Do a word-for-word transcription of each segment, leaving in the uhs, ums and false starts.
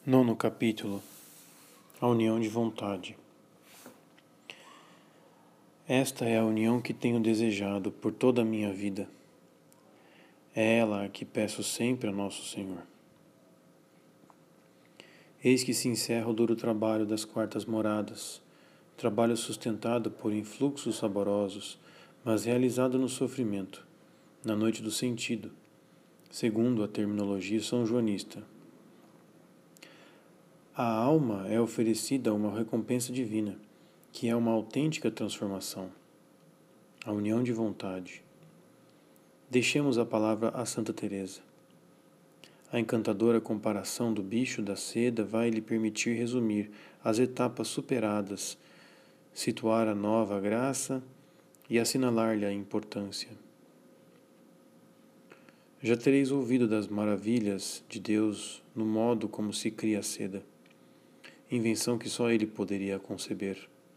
Nono capítulo. A união de vontade. Esta é a união que tenho desejado por toda a minha vida. É ela a que peço sempre a Nosso Senhor. Eis que se encerra o duro trabalho das quartas moradas, trabalho sustentado por influxos saborosos, mas realizado no sofrimento, na noite do sentido, segundo a terminologia são-joanista. A alma é oferecida uma recompensa divina, que é uma autêntica transformação, a união de vontade. Deixemos a palavra a Santa Teresa. A encantadora comparação do bicho da seda vai lhe permitir resumir as etapas superadas, situar a nova graça e assinalar-lhe a importância. Já tereis ouvido das maravilhas de Deus no modo como se cria a seda, invenção que só Ele poderia conceber.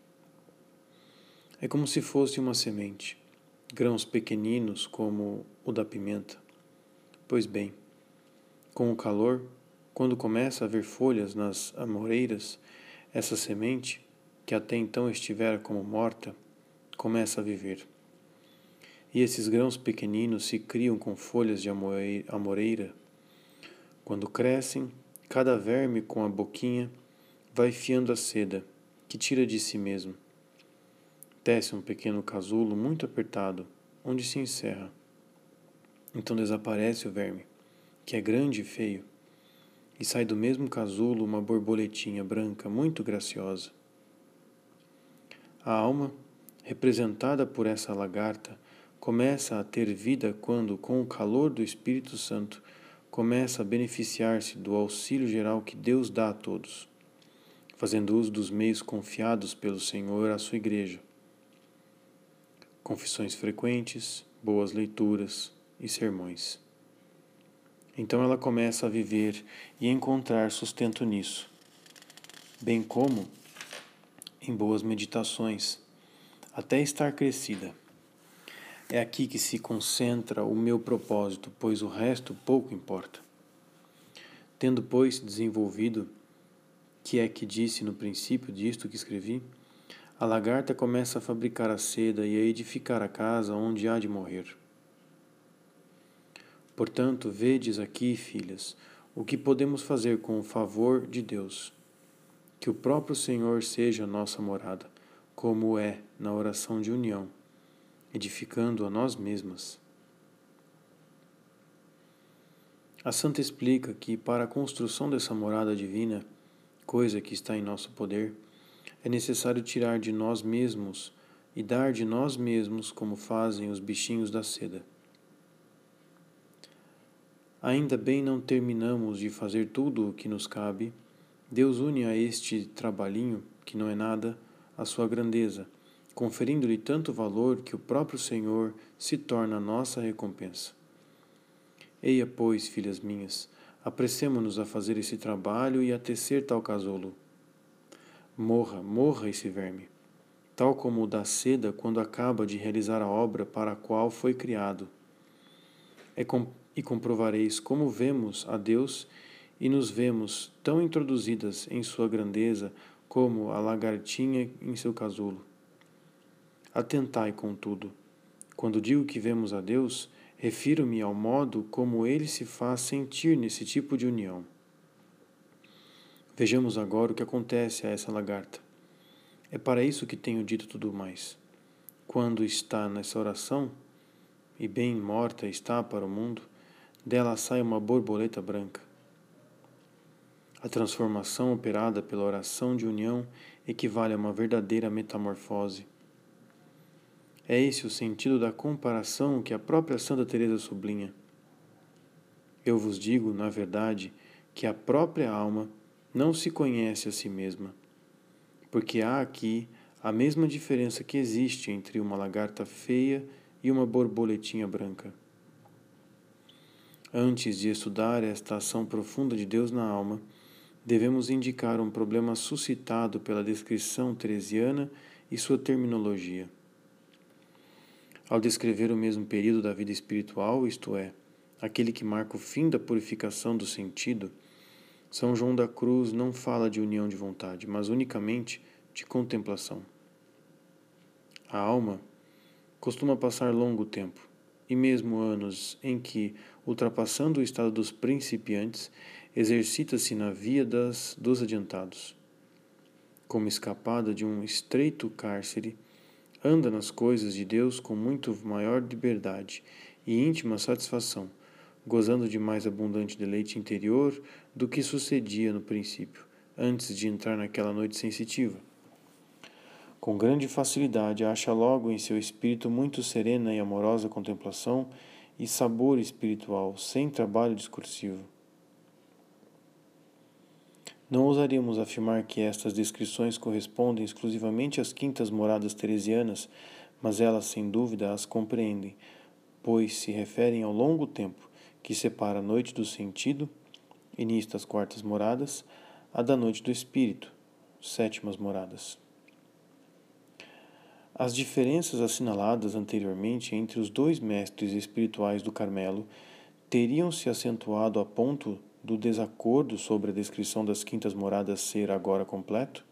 É como se fosse uma semente, grãos pequeninos como o da pimenta. Pois bem, com o calor, quando começa a haver folhas nas amoreiras, essa semente, que até então estivera como morta, começa a viver. E esses grãos pequeninos se criam com folhas de amoreira. Quando crescem, cada verme com a boquinha vai fiando a seda, que tira de si mesmo. Desce um pequeno casulo muito apertado, onde se encerra. Então desaparece o verme, que é grande e feio, e sai do mesmo casulo uma borboletinha branca muito graciosa. A alma, representada por essa lagarta, começa a ter vida quando, com o calor do Espírito Santo, começa a beneficiar-se do auxílio geral que Deus dá a todos, fazendo uso dos meios confiados pelo Senhor à sua Igreja. Confissões frequentes, boas leituras e sermões. Então ela começa a viver e encontrar sustento nisso, bem como em boas meditações, até estar crescida. É aqui que se concentra o meu propósito, pois o resto pouco importa. Tendo, pois, desenvolvido, que é que disse no princípio disto que escrevi, a lagarta começa a fabricar a seda e a edificar a casa onde há de morrer. Portanto, vedes aqui, filhas, o que podemos fazer com o favor de Deus. Que o próprio Senhor seja nossa morada, como é na oração de união, edificando a nós mesmas. A Santa explica que, para a construção dessa morada divina, coisa que está em nosso poder, é necessário tirar de nós mesmos e dar de nós mesmos como fazem os bichinhos da seda. Ainda bem não terminamos de fazer tudo o que nos cabe, Deus une a este trabalhinho, que não é nada, a sua grandeza, conferindo-lhe tanto valor que o próprio Senhor se torna a nossa recompensa. Eia, pois, filhas minhas, apressemo-nos a fazer esse trabalho e a tecer tal casulo. Morra, morra esse verme, tal como o da seda quando acaba de realizar a obra para a qual foi criado. É com, e comprovareis como vemos a Deus e nos vemos tão introduzidas em sua grandeza como a lagartinha em seu casulo. Atentai, contudo, quando digo que vemos a Deus, refiro-me ao modo como ele se faz sentir nesse tipo de união. Vejamos agora o que acontece a essa lagarta. É para isso que tenho dito tudo mais. Quando está nessa oração, e bem morta está para o mundo, dela sai uma borboleta branca. A transformação operada pela oração de união equivale a uma verdadeira metamorfose. É esse o sentido da comparação que a própria Santa Teresa sublinha. Eu vos digo, na verdade, que a própria alma não se conhece a si mesma, porque há aqui a mesma diferença que existe entre uma lagarta feia e uma borboletinha branca. Antes de estudar esta ação profunda de Deus na alma, devemos indicar um problema suscitado pela descrição teresiana e sua terminologia. Ao descrever o mesmo período da vida espiritual, isto é, aquele que marca o fim da purificação do sentido, São João da Cruz não fala de união de vontade, mas unicamente de contemplação. A alma costuma passar longo tempo, e mesmo anos, em que, ultrapassando o estado dos principiantes, exercita-se na via das, dos adiantados. Como escapada de um estreito cárcere, anda nas coisas de Deus com muito maior liberdade e íntima satisfação, gozando de mais abundante deleite interior do que sucedia no princípio, antes de entrar naquela noite sensitiva. Com grande facilidade acha logo em seu espírito muito serena e amorosa contemplação e sabor espiritual, sem trabalho discursivo. Não ousaríamos afirmar que estas descrições correspondem exclusivamente às quintas moradas teresianas, mas elas, sem dúvida, as compreendem, pois se referem ao longo tempo que separa a noite do sentido, início das quartas moradas, a da noite do espírito, sétimas moradas. As diferenças assinaladas anteriormente entre os dois mestres espirituais do Carmelo teriam se acentuado a ponto do desacordo sobre a descrição das quintas moradas ser agora completo?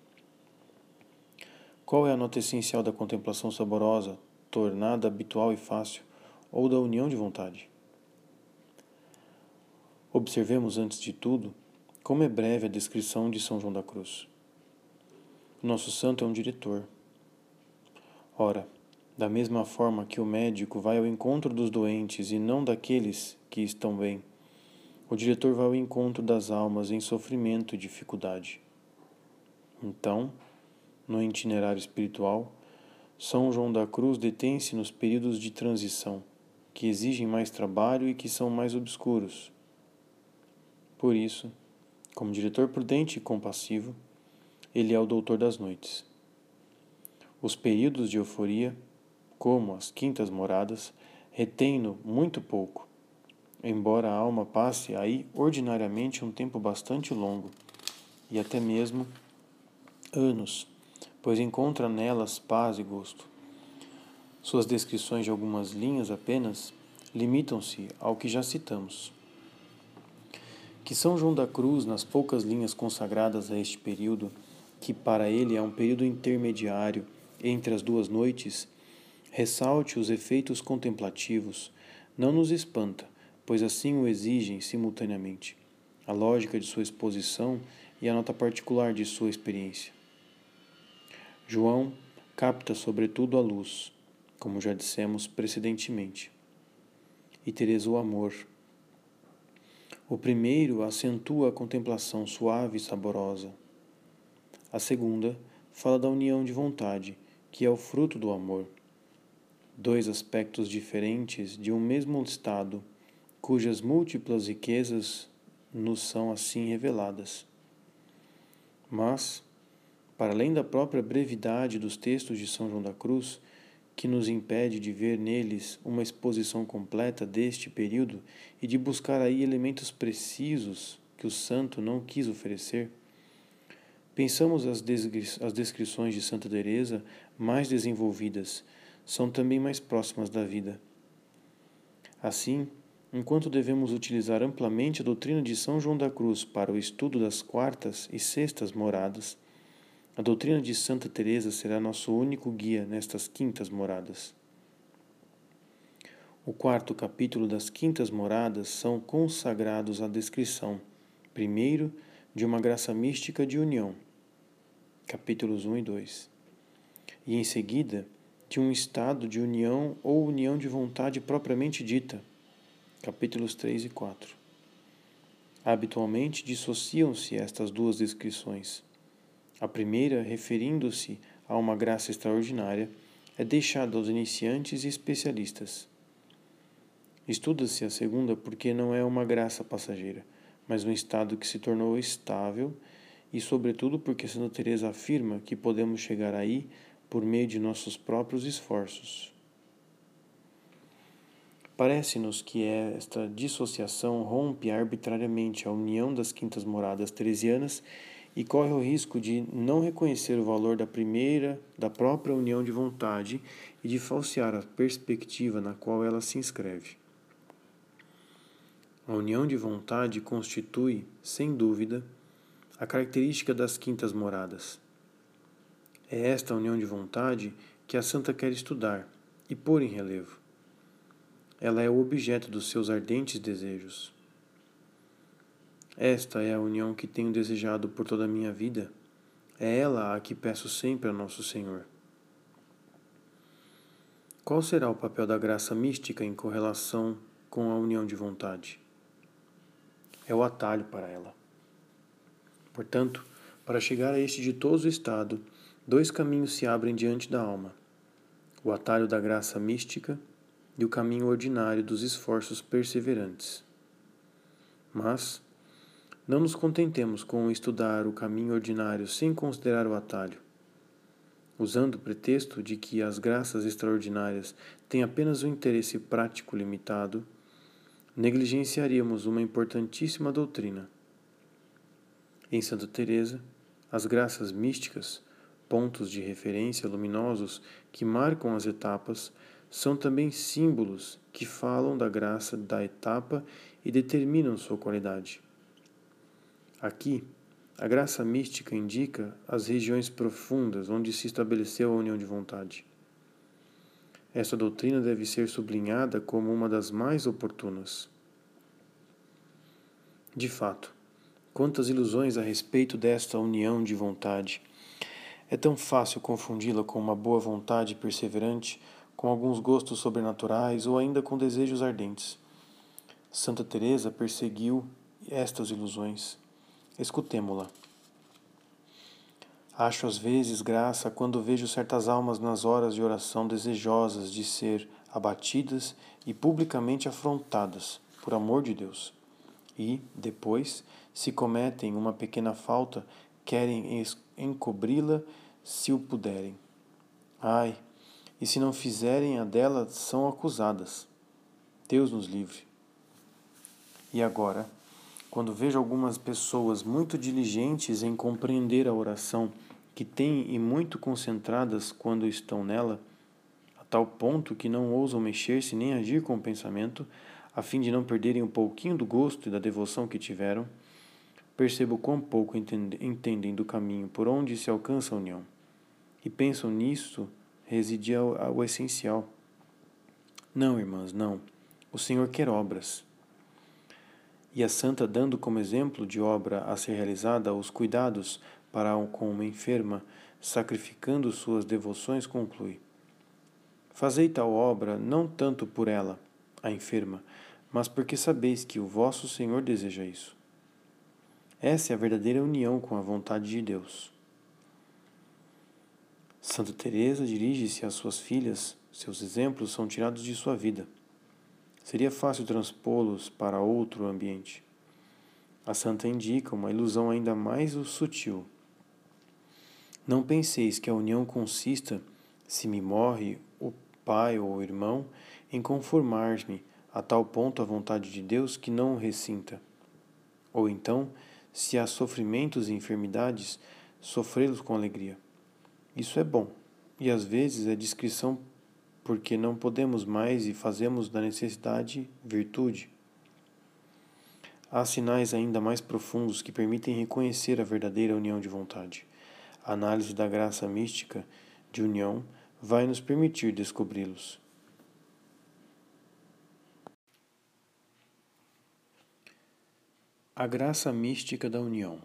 Qual é a nota essencial da contemplação saborosa, tornada habitual e fácil, ou da união de vontade? Observemos, antes de tudo, como é breve a descrição de São João da Cruz. O nosso santo é um diretor. Ora, da mesma forma que o médico vai ao encontro dos doentes e não daqueles que estão bem, o diretor vai ao encontro das almas em sofrimento e dificuldade. Então, no itinerário espiritual, São João da Cruz detém-se nos períodos de transição, que exigem mais trabalho e que são mais obscuros. Por isso, como diretor prudente e compassivo, ele é o doutor das noites. Os períodos de euforia, como as quintas moradas, retêm-no muito pouco, embora a alma passe aí ordinariamente um tempo bastante longo, e até mesmo anos, pois encontra nelas paz e gosto. Suas descrições de algumas linhas apenas limitam-se ao que já citamos. Que São João da Cruz, nas poucas linhas consagradas a este período, que para ele é um período intermediário entre as duas noites, ressalte os efeitos contemplativos, não nos espanta, pois assim o exigem simultaneamente a lógica de sua exposição e a nota particular de sua experiência. João capta sobretudo a luz, como já dissemos precedentemente, e Teresa o amor. O primeiro acentua a contemplação suave e saborosa. A segunda fala da união de vontade, que é o fruto do amor. Dois aspectos diferentes de um mesmo estado, cujas múltiplas riquezas nos são assim reveladas. Mas, para além da própria brevidade dos textos de São João da Cruz, que nos impede de ver neles uma exposição completa deste período e de buscar aí elementos precisos que o santo não quis oferecer, pensamos as, descri- as descrições de Santa Teresa mais desenvolvidas, são também mais próximas da vida. Assim, enquanto devemos utilizar amplamente a doutrina de São João da Cruz para o estudo das quartas e sextas moradas, a doutrina de Santa Teresa será nosso único guia nestas quintas moradas. O quarto capítulo das quintas moradas são consagrados à descrição, primeiro, de uma graça mística de união, capítulos um e dois, e em seguida, de um estado de união ou união de vontade propriamente dita, capítulos três e quatro. Habitualmente dissociam-se estas duas descrições. A primeira, referindo-se a uma graça extraordinária, é deixada aos iniciantes e especialistas. Estuda-se a segunda porque não é uma graça passageira, mas um estado que se tornou estável e, sobretudo, porque Santa Teresa afirma que podemos chegar aí por meio de nossos próprios esforços. Parece-nos que esta dissociação rompe arbitrariamente a união das quintas moradas teresianas e corre o risco de não reconhecer o valor da primeira, da própria união de vontade e de falsear a perspectiva na qual ela se inscreve. A união de vontade constitui, sem dúvida, a característica das quintas moradas. É esta união de vontade que a santa quer estudar e pôr em relevo. Ela é o objeto dos seus ardentes desejos. Esta é a união que tenho desejado por toda a minha vida. É ela a que peço sempre a Nosso Senhor. Qual será o papel da graça mística em correlação com a união de vontade? É o atalho para ela. Portanto, para chegar a este ditoso estado, dois caminhos se abrem diante da alma: o atalho da graça mística e o caminho ordinário dos esforços perseverantes. Mas não nos contentemos com estudar o caminho ordinário sem considerar o atalho. Usando o pretexto de que as graças extraordinárias têm apenas um interesse prático limitado, negligenciaríamos uma importantíssima doutrina. Em Santa Teresa, as graças místicas, pontos de referência luminosos que marcam as etapas, são também símbolos que falam da graça da etapa e determinam sua qualidade. Aqui, a graça mística indica as regiões profundas onde se estabeleceu a união de vontade. Esta doutrina deve ser sublinhada como uma das mais oportunas. De fato, quantas ilusões a respeito desta união de vontade! É tão fácil confundi-la com uma boa vontade perseverante, com alguns gostos sobrenaturais ou ainda com desejos ardentes. Santa Teresa perseguiu estas ilusões. Escutemo-la. Acho às vezes graça quando vejo certas almas nas horas de oração desejosas de ser abatidas e publicamente afrontadas, por amor de Deus. E, depois, se cometem uma pequena falta, querem encobri-la se o puderem. Ai, e se não fizerem a dela, são acusadas. Deus nos livre. E agora, quando vejo algumas pessoas muito diligentes em compreender a oração que têm e muito concentradas quando estão nela, a tal ponto que não ousam mexer-se nem agir com o pensamento, a fim de não perderem um pouquinho do gosto e da devoção que tiveram, percebo quão pouco entendem do caminho por onde se alcança a união. E pensam nisso residir o essencial. Não, irmãs, não. O Senhor quer obras. E a santa, dando como exemplo de obra a ser realizada os cuidados para com uma enferma, sacrificando suas devoções, conclui: fazei tal obra não tanto por ela, a enferma, mas porque sabeis que o vosso Senhor deseja isso. Essa é a verdadeira união com a vontade de Deus. Santa Teresa dirige-se às suas filhas, seus exemplos são tirados de sua vida. Seria fácil transpô-los para outro ambiente. A santa indica uma ilusão ainda mais sutil. Não penseis que a união consista, se me morre o pai ou o irmão, em conformar-me a tal ponto à vontade de Deus que não o ressinta. Ou então, se há sofrimentos e enfermidades, sofrê-los com alegria. Isso é bom, e às vezes é discrição porque não podemos mais e fazemos da necessidade virtude. Há sinais ainda mais profundos que permitem reconhecer a verdadeira união de vontade. A análise da graça mística de união vai nos permitir descobri-los. A graça mística da união.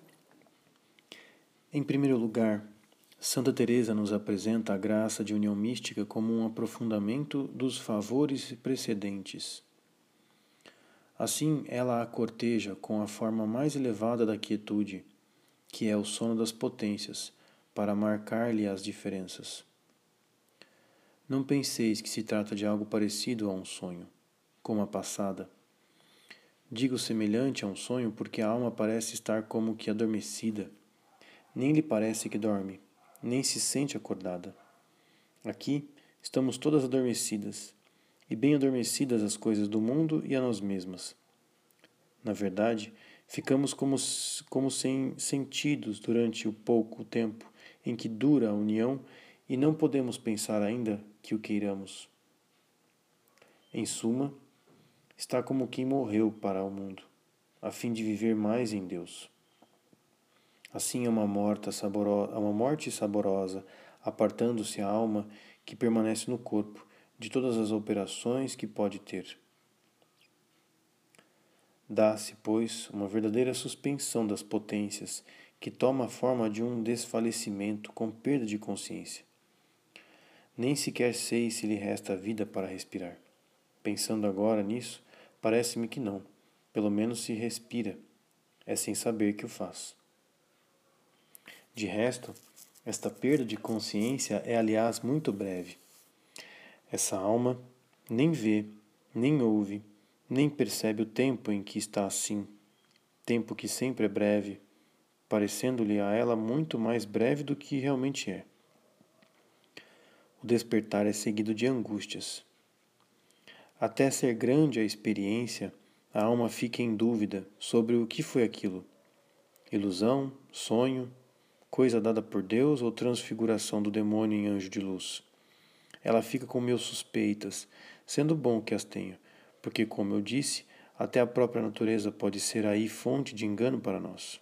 Em primeiro lugar, Santa Teresa nos apresenta a graça de união mística como um aprofundamento dos favores precedentes. Assim, ela a corteja com a forma mais elevada da quietude, que é o sono das potências, para marcar-lhe as diferenças. Não penseis que se trata de algo parecido a um sonho, como a passada. Digo semelhante a um sonho porque a alma parece estar como que adormecida, nem lhe parece que dorme, nem se sente acordada. Aqui estamos todas adormecidas, e bem adormecidas as coisas do mundo e a nós mesmas. Na verdade, ficamos como, como sem sentidos durante o pouco tempo em que dura a união e não podemos pensar ainda que o queiramos. Em suma, está como quem morreu para o mundo, a fim de viver mais em Deus. Assim é uma, morta saborosa, uma morte saborosa, apartando-se a alma que permanece no corpo de todas as operações que pode ter. Dá-se, pois, uma verdadeira suspensão das potências, que toma a forma de um desfalecimento com perda de consciência. Nem sequer sei se lhe resta vida para respirar. Pensando agora nisso, parece-me que não. Pelo menos se respira. É sem saber que o faz. De resto, esta perda de consciência é, aliás, muito breve. Essa alma nem vê, nem ouve, nem percebe o tempo em que está assim, tempo que sempre é breve, parecendo-lhe a ela muito mais breve do que realmente é. O despertar é seguido de angústias. Até ser grande a experiência, a alma fica em dúvida sobre o que foi aquilo. Ilusão, sonho, coisa dada por Deus ou transfiguração do demônio em anjo de luz. Ela fica com mil suspeitas, sendo bom que as tenha, porque, como eu disse, até a própria natureza pode ser aí fonte de engano para nós.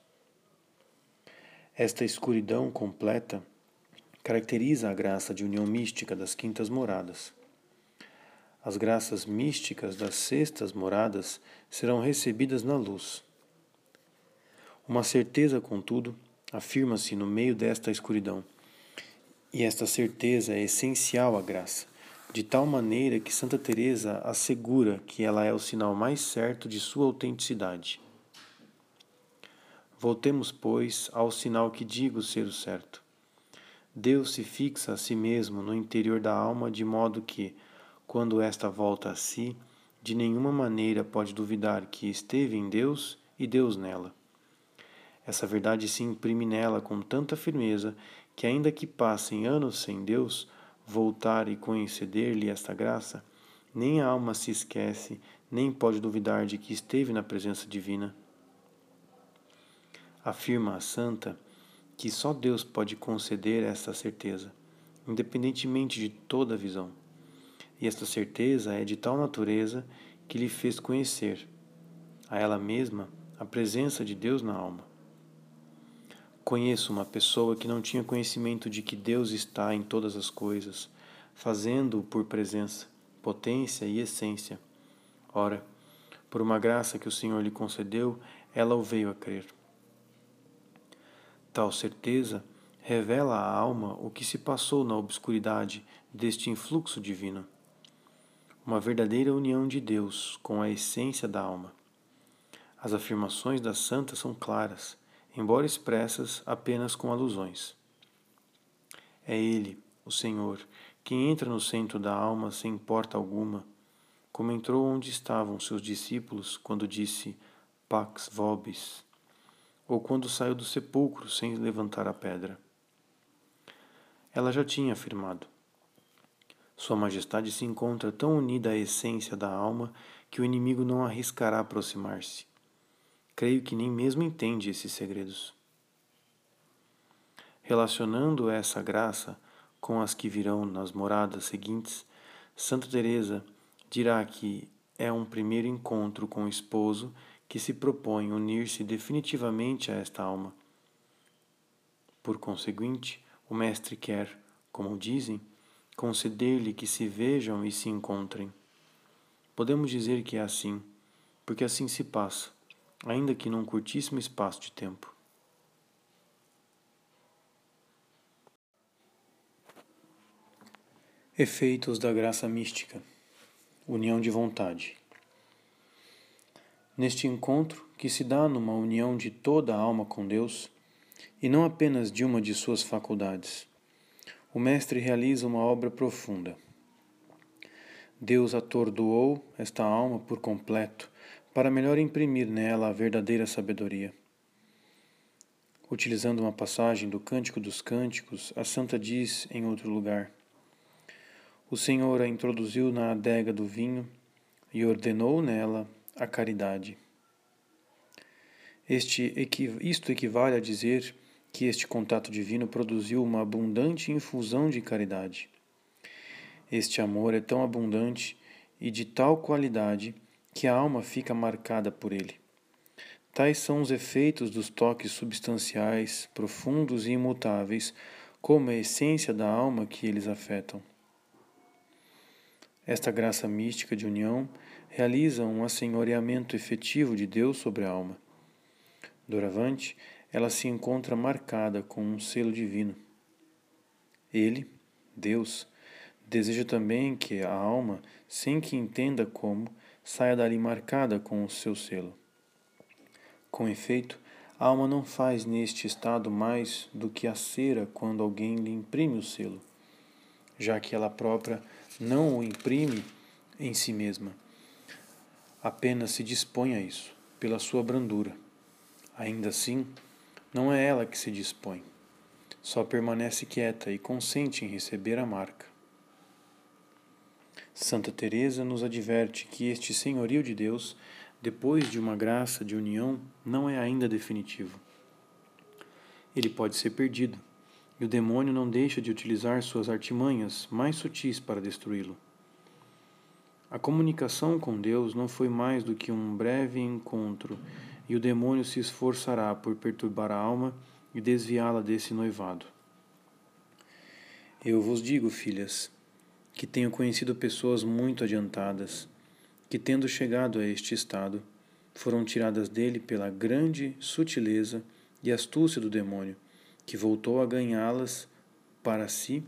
Esta escuridão completa caracteriza a graça de união mística das quintas moradas. As graças místicas das sextas moradas serão recebidas na luz. Uma certeza, contudo, afirma-se no meio desta escuridão, e esta certeza é essencial à graça, de tal maneira que Santa Teresa assegura que ela é o sinal mais certo de sua autenticidade. Voltemos, pois, ao sinal que digo ser o certo. Deus se fixa a si mesmo no interior da alma de modo que, quando esta volta a si, de nenhuma maneira pode duvidar que esteve em Deus e Deus nela. Essa verdade se imprime nela com tanta firmeza que, ainda que passem anos sem Deus, voltar e conceder-lhe esta graça, nem a alma se esquece, nem pode duvidar de que esteve na presença divina. Afirma a santa que só Deus pode conceder esta certeza, independentemente de toda a visão. E esta certeza é de tal natureza que lhe fez conhecer, a ela mesma, a presença de Deus na alma. Conheço uma pessoa que não tinha conhecimento de que Deus está em todas as coisas, fazendo-o por presença, potência e essência. Ora, por uma graça que o Senhor lhe concedeu, ela o veio a crer. Tal certeza revela à alma o que se passou na obscuridade deste influxo divino. Uma verdadeira união de Deus com a essência da alma. As afirmações da santa são claras, embora expressas apenas com alusões. É Ele, o Senhor, quem entra no centro da alma sem porta alguma, como entrou onde estavam seus discípulos quando disse Pax vobis, ou quando saiu do sepulcro sem levantar a pedra. Ela já tinha afirmado: Sua Majestade se encontra tão unida à essência da alma que o inimigo não arriscará aproximar-se. Creio que nem mesmo entende esses segredos. Relacionando essa graça com as que virão nas moradas seguintes, Santa Teresa dirá que é um primeiro encontro com o esposo que se propõe unir-se definitivamente a esta alma. Por conseguinte, o mestre quer, como dizem, conceder-lhe que se vejam e se encontrem. Podemos dizer que é assim, porque assim se passa, ainda que num curtíssimo espaço de tempo. Efeitos da graça mística. União de vontade. Neste encontro, que se dá numa união de toda a alma com Deus, e não apenas de uma de suas faculdades, o mestre realiza uma obra profunda. Deus atordoou esta alma por completo, para melhor imprimir nela a verdadeira sabedoria. Utilizando uma passagem do Cântico dos Cânticos, a santa diz em outro lugar: O Senhor a introduziu na adega do vinho e ordenou nela a caridade. Este, isto equivale a dizer que este contato divino produziu uma abundante infusão de caridade. Este amor é tão abundante e de tal qualidade que a alma fica marcada por ele. Tais são os efeitos dos toques substanciais, profundos e imutáveis, como a essência da alma que eles afetam. Esta graça mística de união realiza um assenhoreamento efetivo de Deus sobre a alma. Doravante, ela se encontra marcada com um selo divino. Ele, Deus, deseja também que a alma, sem que entenda como, saia dali marcada com o seu selo. Com efeito, a alma não faz neste estado mais do que a cera quando alguém lhe imprime o selo, já que ela própria não o imprime em si mesma. Apenas se dispõe a isso, pela sua brandura. Ainda assim, não é ela que se dispõe, só permanece quieta e consente em receber a marca. Santa Teresa nos adverte que este senhorio de Deus, depois de uma graça de união, não é ainda definitivo. Ele pode ser perdido, e o demônio não deixa de utilizar suas artimanhas mais sutis para destruí-lo. A comunicação com Deus não foi mais do que um breve encontro, e o demônio se esforçará por perturbar a alma e desviá-la desse noivado. Eu vos digo, filhas, que tenho conhecido pessoas muito adiantadas, que, tendo chegado a este estado, foram tiradas dele pela grande sutileza e astúcia do demônio, que voltou a ganhá-las para si.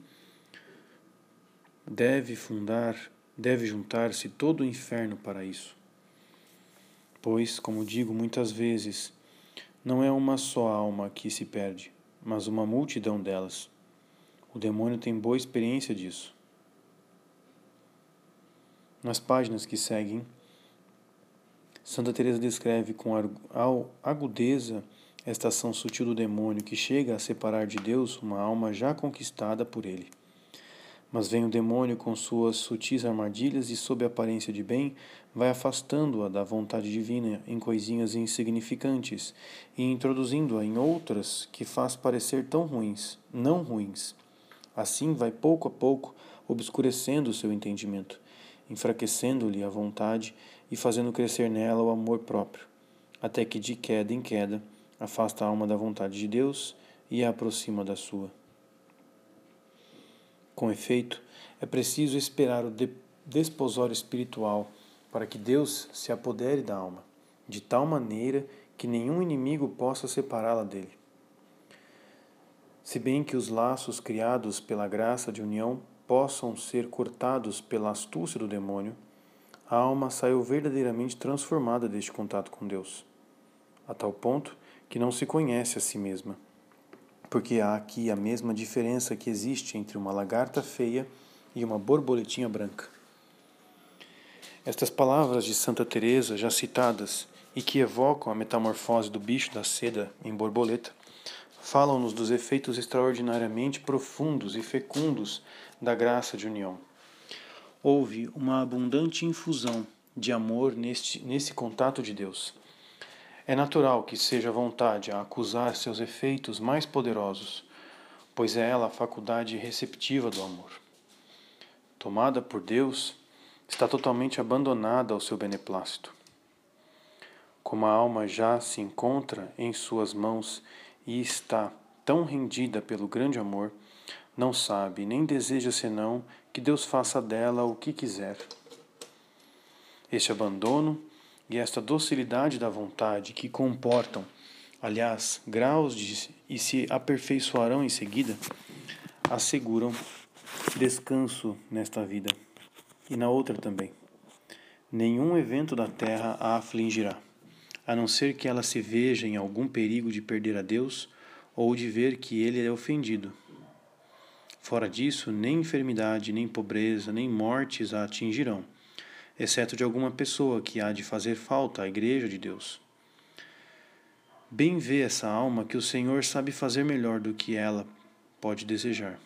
Deve fundar, deve juntar-se todo o inferno para isso. Pois, como digo muitas vezes, não é uma só alma que se perde, mas uma multidão delas. O demônio tem boa experiência disso. Nas páginas que seguem, Santa Teresa descreve com agudeza esta ação sutil do demônio que chega a separar de Deus uma alma já conquistada por ele. Mas vem o demônio com suas sutis armadilhas e, sob a aparência de bem, vai afastando-a da vontade divina em coisinhas insignificantes e introduzindo-a em outras que faz parecer tão ruins, não ruins. Assim vai pouco a pouco obscurecendo o seu entendimento, enfraquecendo-lhe a vontade e fazendo crescer nela o amor próprio, até que de queda em queda afasta a alma da vontade de Deus e a aproxima da sua. Com efeito, é preciso esperar o desposório espiritual para que Deus se apodere da alma, de tal maneira que nenhum inimigo possa separá-la dele. Se bem que os laços criados pela graça de união possam ser cortados pela astúcia do demônio, a alma saiu verdadeiramente transformada deste contato com Deus, a tal ponto que não se conhece a si mesma, porque há aqui a mesma diferença que existe entre uma lagarta feia e uma borboletinha branca. Estas palavras de Santa Teresa, já citadas, e que evocam a metamorfose do bicho da seda em borboleta, falam-nos dos efeitos extraordinariamente profundos e fecundos da graça de união. Houve uma abundante infusão de amor neste, nesse contato de Deus. É natural que seja a vontade a acusar seus efeitos mais poderosos, pois é ela a faculdade receptiva do amor. Tomada por Deus, está totalmente abandonada ao seu beneplácito. Como a alma já se encontra em suas mãos e está tão rendida pelo grande amor, não sabe nem deseja senão que Deus faça dela o que quiser. Este abandono e esta docilidade da vontade que comportam, aliás, graus de, e se aperfeiçoarão em seguida, asseguram descanso nesta vida e na outra também. Nenhum evento da terra a afligirá, a não ser que ela se veja em algum perigo de perder a Deus ou de ver que ele é ofendido. Fora disso, nem enfermidade, nem pobreza, nem mortes a atingirão, exceto de alguma pessoa que há de fazer falta à Igreja de Deus. Bem vê essa alma que o Senhor sabe fazer melhor do que ela pode desejar.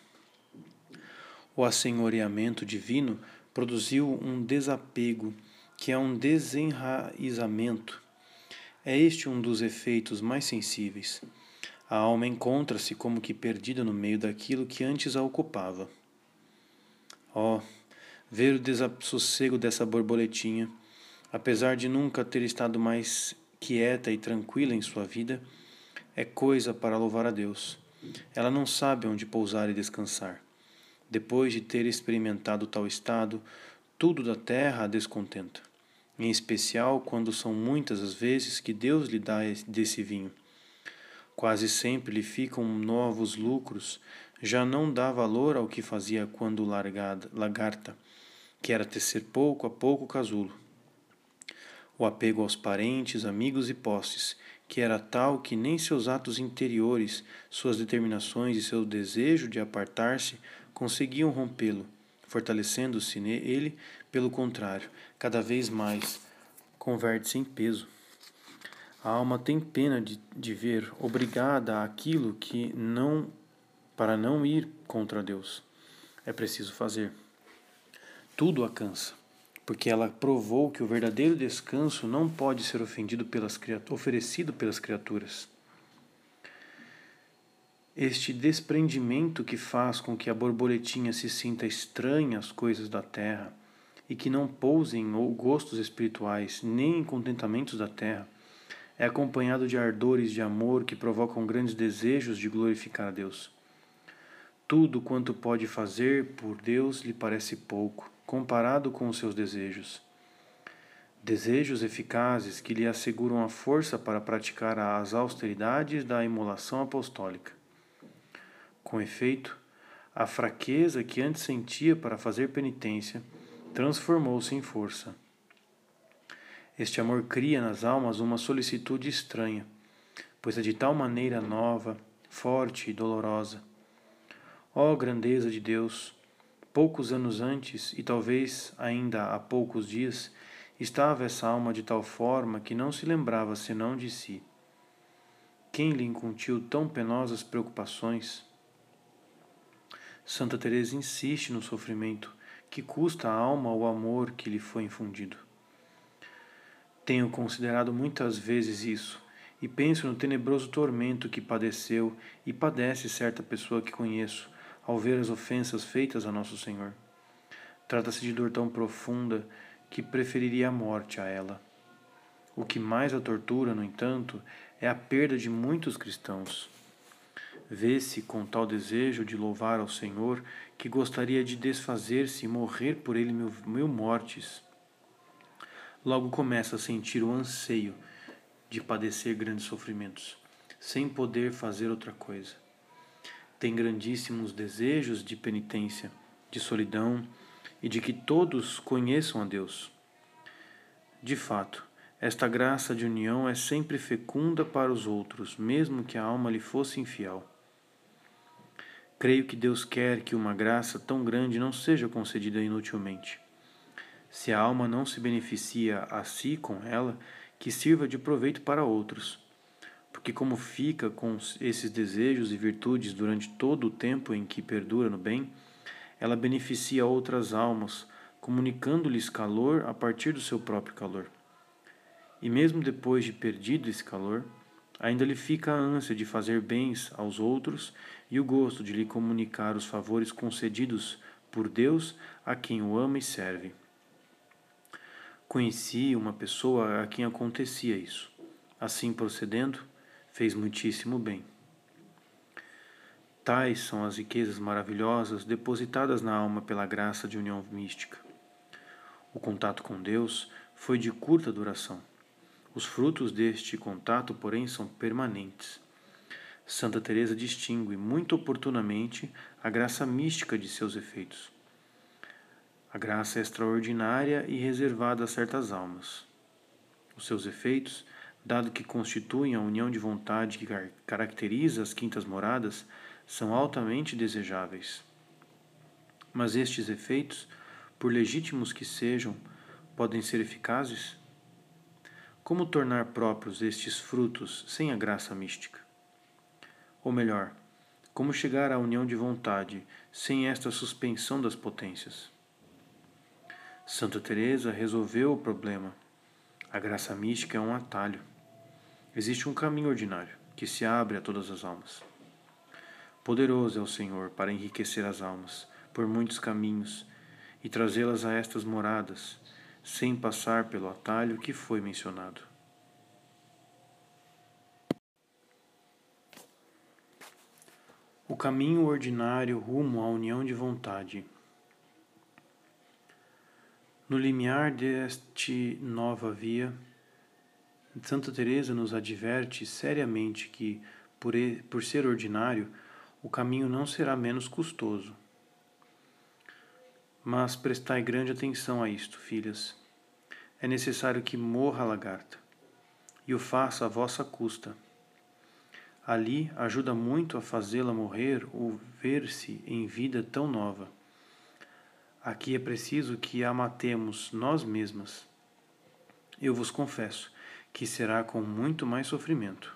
O assenhoreamento divino produziu um desapego, que é um desenraizamento. É este um dos efeitos mais sensíveis. A alma encontra-se como que perdida no meio daquilo que antes a ocupava. Oh, ver o desassossego dessa borboletinha, Apesar de nunca ter estado mais quieta e tranquila em sua vida, é coisa para louvar a Deus. Ela não sabe onde pousar e descansar. Depois de ter experimentado tal estado, tudo da terra a descontenta, em especial quando são muitas as vezes que Deus lhe dá desse vinho. Quase sempre lhe ficam novos lucros, já não dá valor ao que fazia quando largada, lagarta, que era tecer pouco a pouco casulo. O apego aos parentes, amigos e posses, que era tal que nem seus atos interiores, suas determinações e seu desejo de apartar-se conseguiam rompê-lo, fortalecendo-se nele, pelo contrário, cada vez mais converte-se em peso. A alma tem pena de, de ver obrigada àquilo que não, para não ir contra Deus. É preciso fazer. Tudo a cansa, porque ela provou que o verdadeiro descanso não pode ser ofendido pelas, oferecido pelas criaturas. Este desprendimento que faz com que a borboletinha se sinta estranha às coisas da terra e que não pouse em gostos espirituais nem em contentamentos da terra, é acompanhado de ardores de amor que provocam grandes desejos de glorificar a Deus. Tudo quanto pode fazer por Deus lhe parece pouco, comparado com os seus desejos. Desejos eficazes que lhe asseguram a força para praticar as austeridades da imolação apostólica. Com efeito, a fraqueza que antes sentia para fazer penitência transformou-se em força. Este amor cria nas almas uma solicitude estranha, pois é de tal maneira nova, forte e dolorosa. Ó grandeza de Deus! Poucos anos antes, e talvez ainda há poucos dias, estava essa alma de tal forma que não se lembrava senão de si. Quem lhe incutiu tão penosas preocupações? Santa Teresa insiste no sofrimento que custa à alma o amor que lhe foi infundido. Tenho considerado muitas vezes isso, e penso no tenebroso tormento que padeceu e padece certa pessoa que conheço, ao ver as ofensas feitas a Nosso Senhor. Trata-se de dor tão profunda que preferiria a morte a ela. O que mais a tortura, no entanto, é a perda de muitos cristãos. Vê-se com tal desejo de louvar ao Senhor que gostaria de desfazer-se e morrer por ele mil, mil mortes. Logo começa a sentir o anseio de padecer grandes sofrimentos, sem poder fazer outra coisa. Tem grandíssimos desejos de penitência, de solidão e de que todos conheçam a Deus. De fato, esta graça de união é sempre fecunda para os outros, mesmo que a alma lhe fosse infiel. Creio que Deus quer que uma graça tão grande não seja concedida inutilmente. Se a alma não se beneficia a si com ela, que sirva de proveito para outros. Porque como fica com esses desejos e virtudes durante todo o tempo em que perdura no bem, ela beneficia outras almas, comunicando-lhes calor a partir do seu próprio calor. E mesmo depois de perdido esse calor, ainda lhe fica a ânsia de fazer bens aos outros e o gosto de lhe comunicar os favores concedidos por Deus a quem o ama e serve. Conheci uma pessoa a quem acontecia isso. Assim procedendo, fez muitíssimo bem. Tais são as riquezas maravilhosas depositadas na alma pela graça de união mística. O contato com Deus foi de curta duração. Os frutos deste contato, porém, são permanentes. Santa Teresa distingue muito oportunamente a graça mística de seus efeitos. A graça é extraordinária e reservada a certas almas. Os seus efeitos, dado que constituem a união de vontade que caracteriza as quintas moradas, são altamente desejáveis. Mas estes efeitos, por legítimos que sejam, podem ser eficazes? Como tornar próprios estes frutos sem a graça mística? Ou melhor, como chegar à união de vontade sem esta suspensão das potências? Santa Teresa resolveu o problema. A graça mística é um atalho. Existe um caminho ordinário que se abre a todas as almas. Poderoso é o Senhor para enriquecer as almas por muitos caminhos e trazê-las a estas moradas, sem passar pelo atalho que foi mencionado. O caminho ordinário rumo à união de vontade. No limiar deste nova via, Santa Teresa nos adverte seriamente que, por, ele, por ser ordinário, o caminho não será menos custoso. Mas prestai grande atenção a isto, filhas. É necessário que morra a lagarta, e o faça à vossa custa. Ali ajuda muito a fazê-la morrer o ver-se em vida tão nova. Aqui é preciso que a matemos nós mesmas. Eu vos confesso que será com muito mais sofrimento.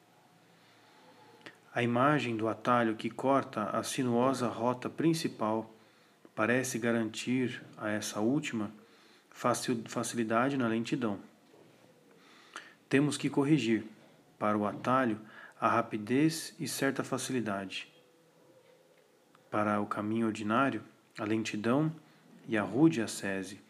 A imagem do atalho que corta a sinuosa rota principal parece garantir a essa última facilidade na lentidão. Temos que corrigir, para o atalho, a rapidez e certa facilidade. Para o caminho ordinário, a lentidão e a rude ascese.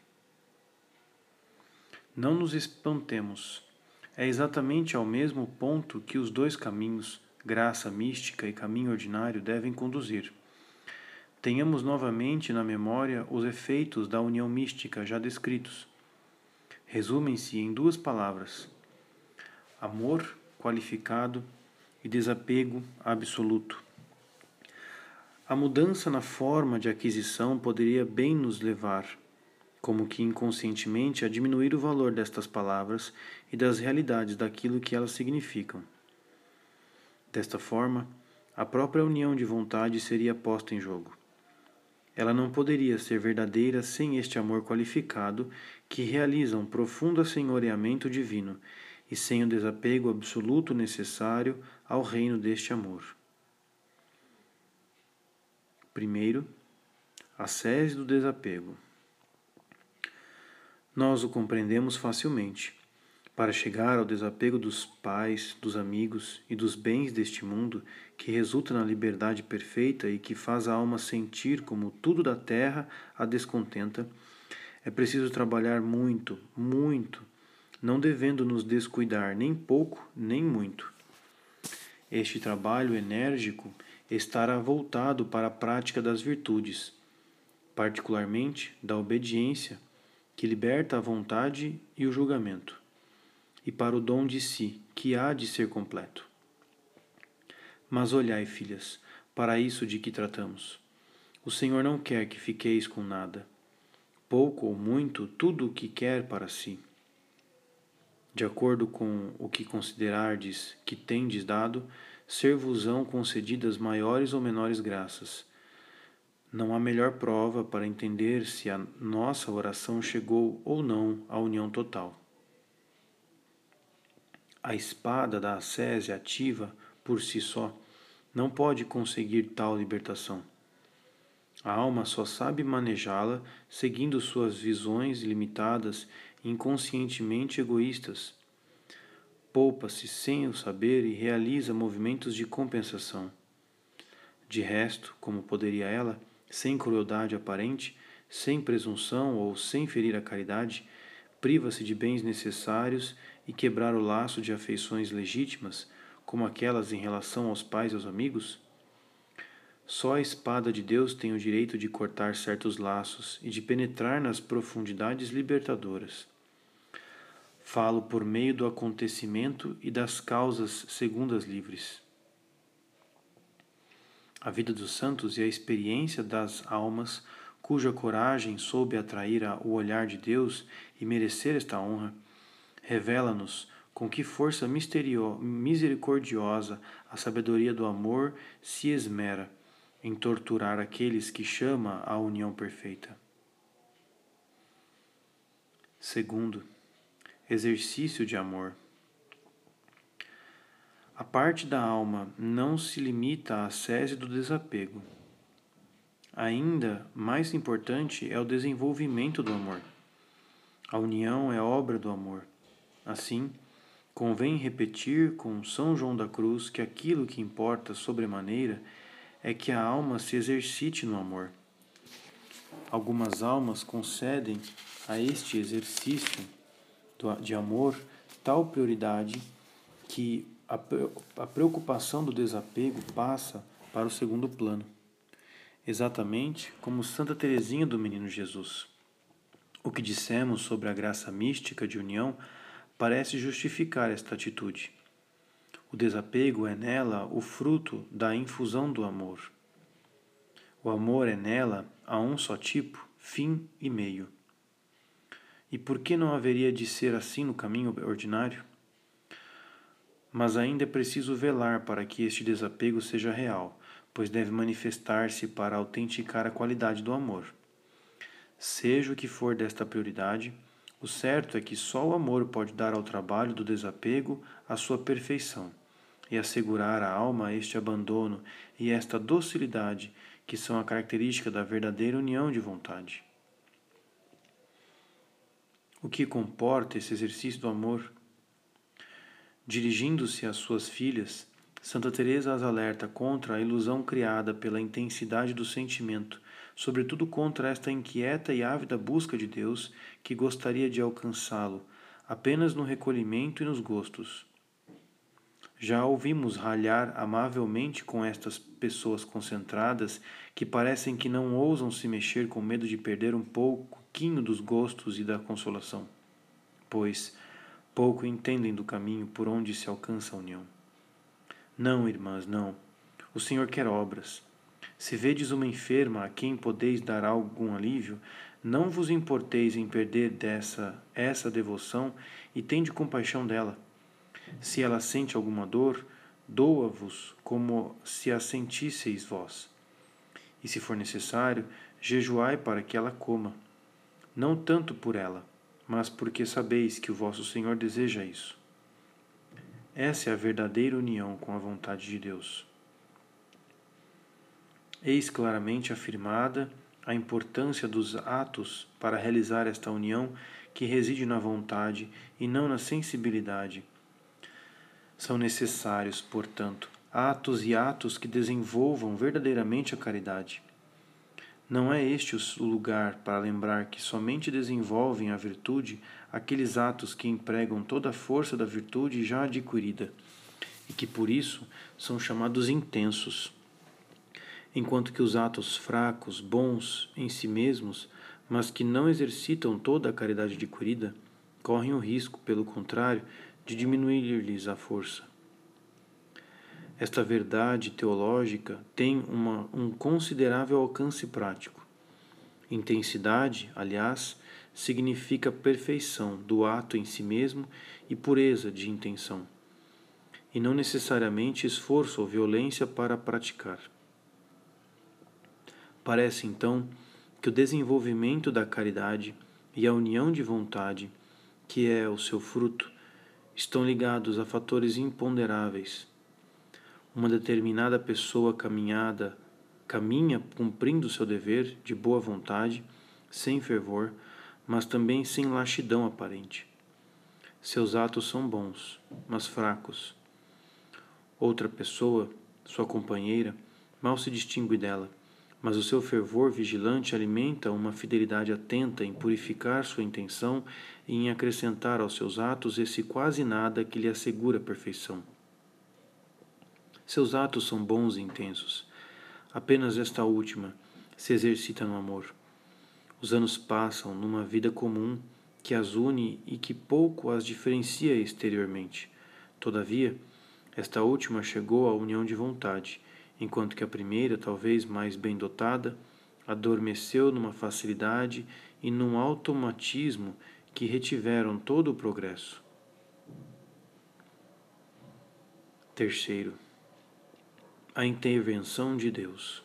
Não nos espantemos. É exatamente ao mesmo ponto que os dois caminhos, graça mística e caminho ordinário, devem conduzir. Tenhamos novamente na memória os efeitos da união mística já descritos. Resumem-se em duas palavras: amor qualificado e desapego absoluto. A mudança na forma de aquisição poderia bem nos levar, como que inconscientemente, a diminuir o valor destas palavras e das realidades daquilo que elas significam. Desta forma, a própria união de vontade seria posta em jogo. Ela não poderia ser verdadeira sem este amor qualificado que realiza um profundo assenhoreamento divino e sem o desapego absoluto necessário ao reino deste amor. Primeiro, a sese do desapego. Nós o compreendemos facilmente. Para chegar ao desapego dos pais, dos amigos e dos bens deste mundo, que resulta na liberdade perfeita e que faz a alma sentir como tudo da terra a descontenta, é preciso trabalhar muito, muito, não devendo nos descuidar nem pouco nem muito. Este trabalho enérgico estará voltado para a prática das virtudes, particularmente da obediência, que liberta a vontade e o julgamento, e para o dom de si, que há de ser completo. Mas olhai, filhas, para isso de que tratamos. O Senhor não quer que fiqueis com nada, pouco ou muito, tudo o que quer para si. De acordo com o que considerardes que tendes dado, ser-vos-ão concedidas maiores ou menores graças. Não há melhor prova para entender se a nossa oração chegou ou não à união total. A espada da ascese ativa, por si só, não pode conseguir tal libertação. A alma só sabe manejá-la seguindo suas visões limitadas e inconscientemente egoístas. Poupa-se sem o saber e realiza movimentos de compensação. De resto, como poderia ela, sem crueldade aparente, sem presunção ou sem ferir a caridade, priva-se de bens necessários e quebrar o laço de afeições legítimas, como aquelas em relação aos pais e aos amigos? Só a espada de Deus tem o direito de cortar certos laços e de penetrar nas profundidades libertadoras. Falo por meio do acontecimento e das causas segundas livres. A vida dos santos e a experiência das almas, cuja coragem soube atrair o olhar de Deus e merecer esta honra, revela-nos com que força misericordiosa a sabedoria do amor se esmera em torturar aqueles que chama à união perfeita. Segundo, exercício de amor. A parte da alma não se limita à ascese do desapego. Ainda mais importante é o desenvolvimento do amor. A união é obra do amor. Assim, convém repetir com São João da Cruz que aquilo que importa sobremaneira é que a alma se exercite no amor. Algumas almas concedem a este exercício de amor tal prioridade que a preocupação do desapego passa para o segundo plano, exatamente como Santa Teresinha do Menino Jesus. O que dissemos sobre a graça mística de união parece justificar esta atitude. O desapego é nela o fruto da infusão do amor. O amor é nela a um só tipo, fim e meio. E por que não haveria de ser assim no caminho ordinário? Mas ainda é preciso velar para que este desapego seja real, pois deve manifestar-se para autenticar a qualidade do amor. Seja o que for desta prioridade, o certo é que só o amor pode dar ao trabalho do desapego a sua perfeição e assegurar à alma este abandono e esta docilidade que são a característica da verdadeira união de vontade. O que comporta esse exercício do amor? Dirigindo-se às suas filhas, Santa Teresa as alerta contra a ilusão criada pela intensidade do sentimento, sobretudo contra esta inquieta e ávida busca de Deus que gostaria de alcançá-lo apenas no recolhimento e nos gostos. Já ouvimos ralhar amavelmente com estas pessoas concentradas que parecem que não ousam se mexer com medo de perder um pouquinho dos gostos e da consolação, pois pouco entendem do caminho por onde se alcança a união. Não, irmãs, não. O Senhor quer obras. Se vedes uma enferma a quem podeis dar algum alívio, não vos importeis em perder dessa essa devoção e tende compaixão dela. Se ela sente alguma dor, doa-vos como se a sentisseis vós. E se for necessário, jejuai para que ela coma. Não tanto por ela, mas porque sabeis que o vosso Senhor deseja isso. Essa é a verdadeira união com a vontade de Deus. Eis claramente afirmada a importância dos atos para realizar esta união que reside na vontade e não na sensibilidade. São necessários, portanto, atos e atos que desenvolvam verdadeiramente a caridade. Não é este o lugar para lembrar que somente desenvolvem a virtude aqueles atos que empregam toda a força da virtude já adquirida e que, por isso, são chamados intensos. Enquanto que os atos fracos, bons em si mesmos, mas que não exercitam toda a caridade adquirida, correm o risco, pelo contrário, de diminuir-lhes a força. Esta verdade teológica tem uma, um considerável alcance prático. Intensidade, aliás, significa perfeição do ato em si mesmo e pureza de intenção, e não necessariamente esforço ou violência para praticar. Parece, então, que o desenvolvimento da caridade e a união de vontade, que é o seu fruto, estão ligados a fatores imponderáveis. Uma determinada pessoa caminhada, caminha cumprindo seu dever de boa vontade, sem fervor, mas também sem laxidão aparente. Seus atos são bons, mas fracos. Outra pessoa, sua companheira, mal se distingue dela, mas o seu fervor vigilante alimenta uma fidelidade atenta em purificar sua intenção e em acrescentar aos seus atos esse quase nada que lhe assegura a perfeição. Seus atos são bons e intensos. Apenas esta última se exercita no amor. Os anos passam numa vida comum que as une e que pouco as diferencia exteriormente. Todavia, esta última chegou à união de vontade, enquanto que a primeira, talvez mais bem dotada, adormeceu numa facilidade e num automatismo que retiveram todo o progresso. Terceiro, a intervenção de Deus.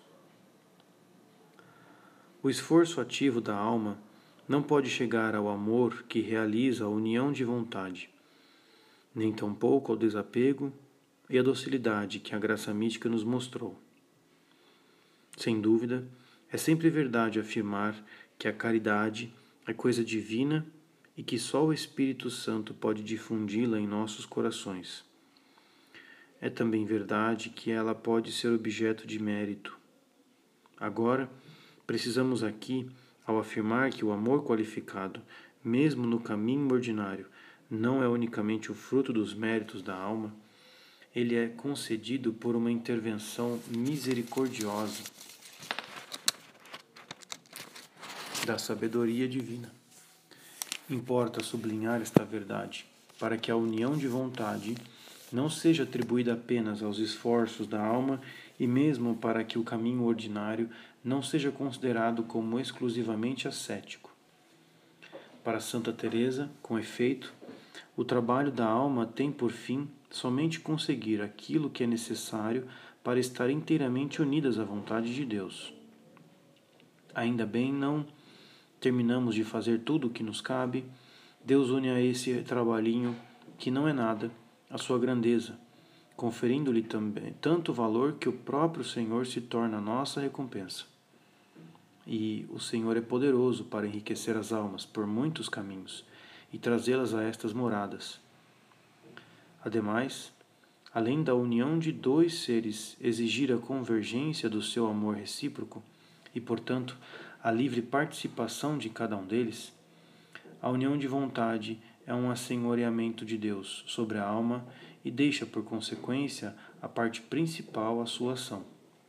O esforço ativo da alma não pode chegar ao amor que realiza a união de vontade, nem tampouco ao desapego e à docilidade que a graça mística nos mostrou. Sem dúvida, é sempre verdade afirmar que a caridade é coisa divina e que só o Espírito Santo pode difundi-la em nossos corações. É também verdade que ela pode ser objeto de mérito. Agora, Precisamos aqui, ao afirmar que o amor qualificado, mesmo no caminho ordinário, não é unicamente o fruto dos méritos da alma, ele é concedido por uma intervenção misericordiosa da sabedoria divina. Importa sublinhar esta verdade, para que a união de vontade não seja atribuída apenas aos esforços da alma e mesmo para que o caminho ordinário não seja considerado como exclusivamente ascético. Para Santa Teresa, com efeito, o trabalho da alma tem por fim somente conseguir aquilo que é necessário para estar inteiramente unidas à vontade de Deus. Ainda bem não terminamos de fazer tudo o que nos cabe, Deus une a esse trabalhinho, que não é nada, a sua grandeza, conferindo-lhe também tanto valor que o próprio Senhor se torna a nossa recompensa. E o Senhor é poderoso para enriquecer as almas por muitos caminhos e trazê-las a estas moradas. Ademais, além da união de dois seres exigir a convergência do seu amor recíproco e, portanto, a livre participação de cada um deles, a união de vontade é um assenhoreamento de Deus sobre a alma e deixa, por consequência, a parte principal à sua ação.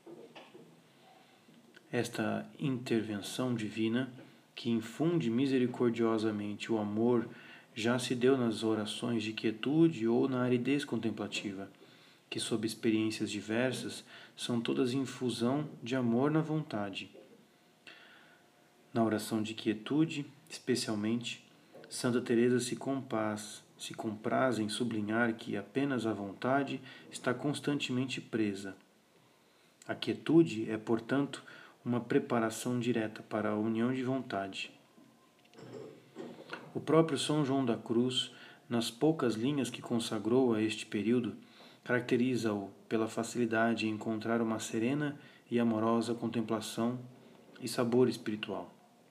Esta intervenção divina, que infunde misericordiosamente o amor, já se deu nas orações de quietude ou na aridez contemplativa, que, sob experiências diversas, são todas infusão de amor na vontade. Na oração de quietude, especialmente, Santa Teresa se compraz, se compraz em sublinhar que apenas a vontade está constantemente presa. A quietude é, portanto, uma preparação direta para a união de vontade. O próprio São João da Cruz, nas poucas linhas que consagrou a este período, caracteriza-o pela facilidade em encontrar uma serena e amorosa contemplação e sabor espiritual.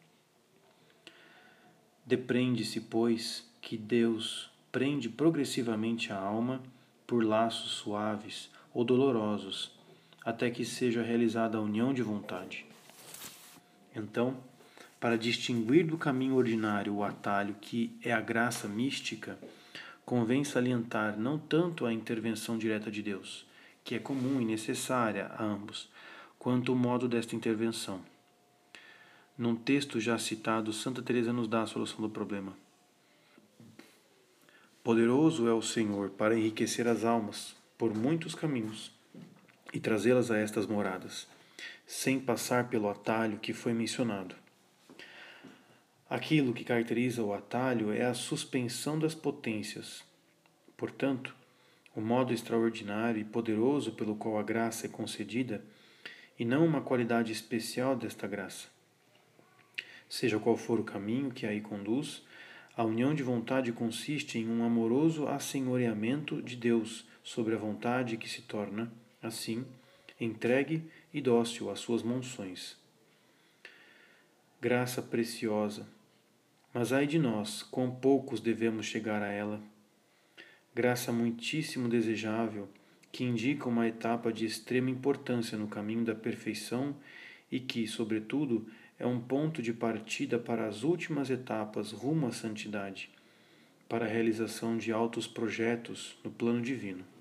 Depreende-se, pois, que Deus prende progressivamente a alma por laços suaves ou dolorosos, até que seja realizada a união de vontade. Então, para distinguir do caminho ordinário o atalho que é a graça mística, convém salientar não tanto a intervenção direta de Deus, que é comum e necessária a ambos, quanto o modo desta intervenção. Num texto já citado, Santa Teresa nos dá a solução do problema. Poderoso é o Senhor para enriquecer as almas por muitos caminhos e trazê-las a estas moradas, sem passar pelo atalho que foi mencionado. Aquilo que caracteriza o atalho é a suspensão das potências. Portanto, o modo extraordinário e poderoso pelo qual a graça é concedida, e não uma qualidade especial desta graça. Seja qual for o caminho que aí conduz, a união de vontade consiste em um amoroso assenhoreamento de Deus sobre a vontade que se torna, assim, entregue e dócil às suas monções. Graça preciosa, mas ai de nós, quão poucos devemos chegar a ela. Graça muitíssimo desejável, que indica uma etapa de extrema importância no caminho da perfeição e que, sobretudo, é um ponto de partida para as últimas etapas rumo à santidade, para a realização de altos projetos no plano divino.